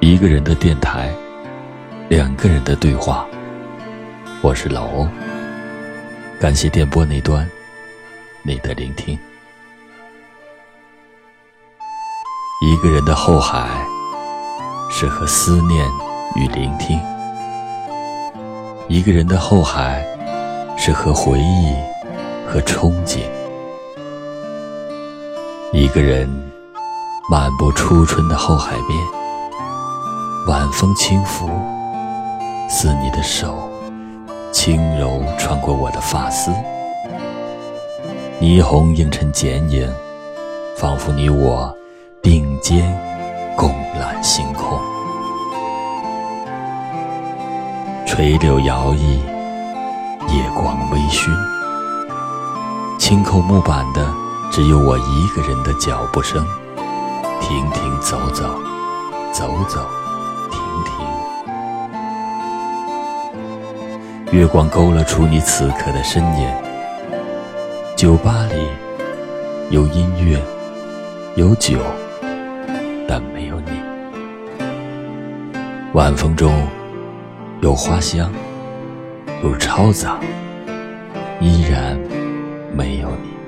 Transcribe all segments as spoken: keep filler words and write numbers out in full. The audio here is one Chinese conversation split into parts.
一个人的电台，两个人的对话。我是老欧，感谢电波那端你的聆听。一个人的后海，适合思念与聆听。一个人的后海，适合回忆和憧憬。一个人漫步初春的后海边，晚风轻拂，似你的手轻柔穿过我的发丝，霓虹映衬剪影，仿佛你我并肩共揽星空。垂柳摇曳，夜光微醺，轻叩木板的只有我一个人的脚步声，停停走走，走走停停。月光勾勒出你此刻的身影。酒吧里有音乐，有酒，但没有你。晚风中有花香，有嘈杂，依然没有你。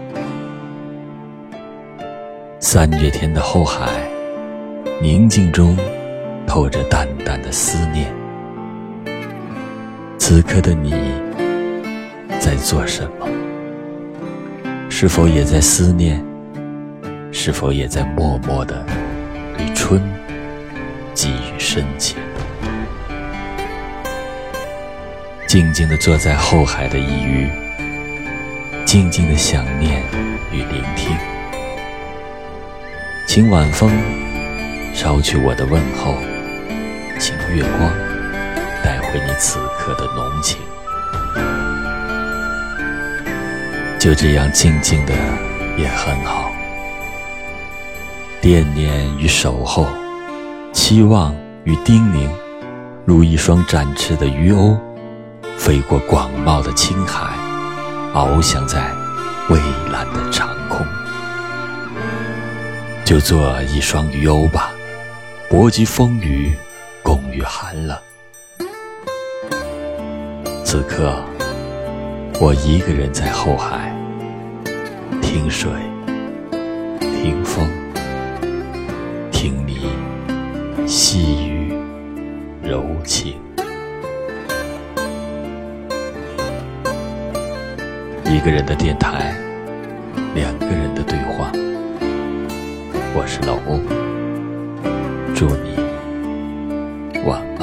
三月天的后海，宁静中透着淡淡的思念。此刻的你在做什么？是否也在思念？是否也在默默地对春寄予深情？静静地坐在后海的一隅，静静地想念与聆听。请晚风捎去我的问候，请月光带回你此刻的浓情。就这样静静的也很好，惦念与守候，期望与叮咛，如一双展翅的鱼鸥，飞过广袤的青海，翱翔在蔚蓝的长空。就做一双鱼鸥吧，搏击风雨，共御寒冷。此刻我一个人在后海，听水，听风，听你细语柔情。一个人的电台，两个人的对话。我是老欧，祝你晚安。